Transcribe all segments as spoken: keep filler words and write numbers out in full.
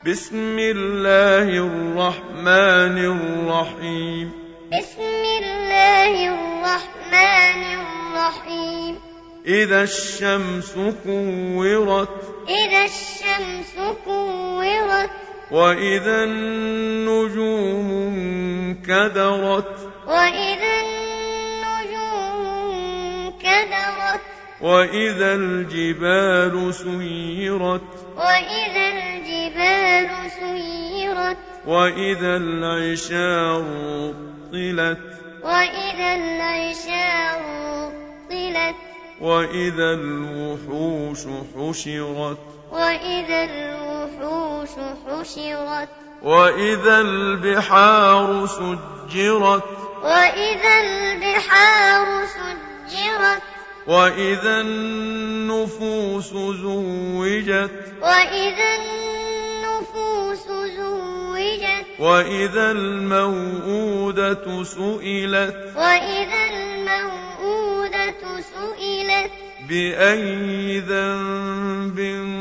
بسم الله الرحمن الرحيم بسم الله الرحمن الرحيم إذا الشمس كورت إذا الشمس كورت وإذا النجوم انكدرت وإذا النجوم انكدرت وإذا الجبال سيرت وإذا الجبال سيرت وإذا العشار طلت وإذا العشار طلت وإذا الوحوش حشرت وإذا الوحوش حشرت وإذا البحار سجرت وإذا البحار سجرت وإذا النفوس زوجت وإذا النفوس زوجت وإذا الموءودة سئلت وإذا الموءودة سئلت بأي ذنب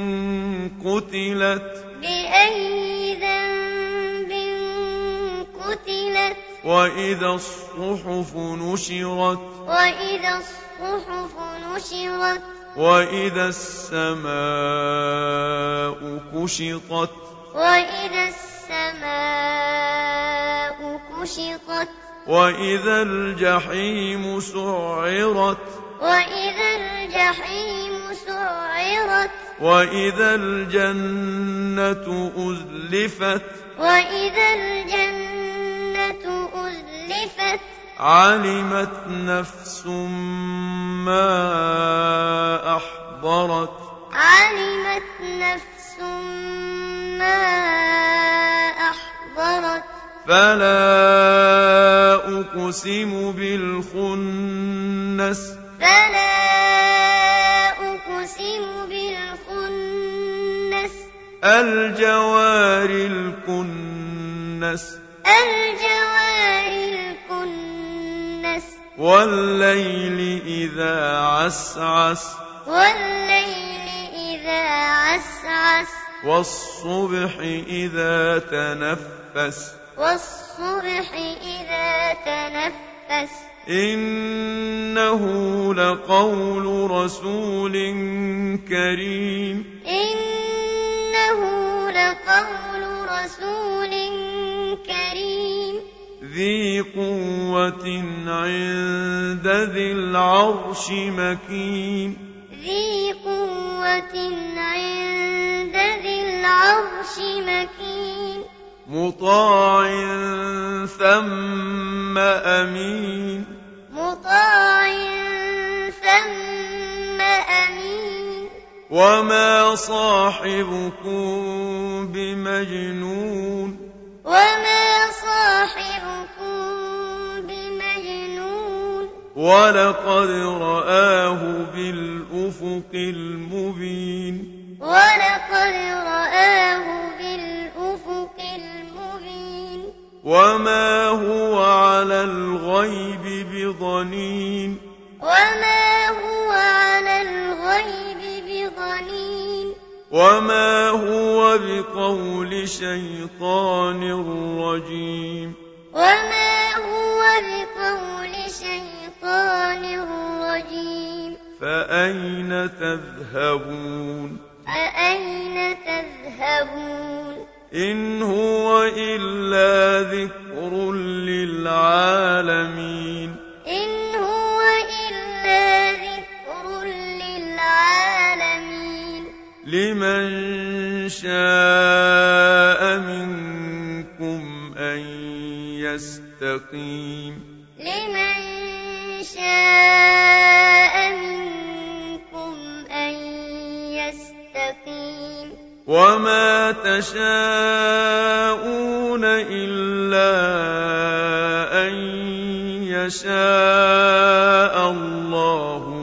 قتلت بأي ذنب قتلت وإذا الصحف نشرت وإذا الصحف نشرت وإذا السماء كشطت وإذا السماء كشطت وإذا الجحيم سعرت وإذا الجحيم سعرت وإذا الجنة أزلفت وإذا الجنة أزلفت علمت نفس ما أحضرت علمت نفس ما أحضرت فلا أقسم بالخنس فلا أقسم بالخنس الجوار الكنس الجوار الكنس والليل إذا عسعس والليل إذا عسعس والصبح إذا تنفس والصبح إذا تنفس إنه لقول رسول كريم إنه لقول رسول كريم ذي قوة عند ذي العرش مكين ذي قوة عند ذي العرش مكين مطاع ثم أمين مطاع ثم أمين وما صاحبكم بمجنون وما صاحبكم بمجنون ولقد رآه بالأفق المبين ولقد رآه بالأفق المبين وما هو على الغيب بضنين وما هو على الغيب بضنين وما هو بقول شيطان رجيم وما هو بقول شيطان رجيم فأين تذهبون فأين تذهبون إن هو إلا ذكر للعالمين إن هو إلا ذكر للعالمين لمن شاء منكم أن يستقيم لمن شاء منكم أن يستقيم وما تشاءون إلا أن يشاء الله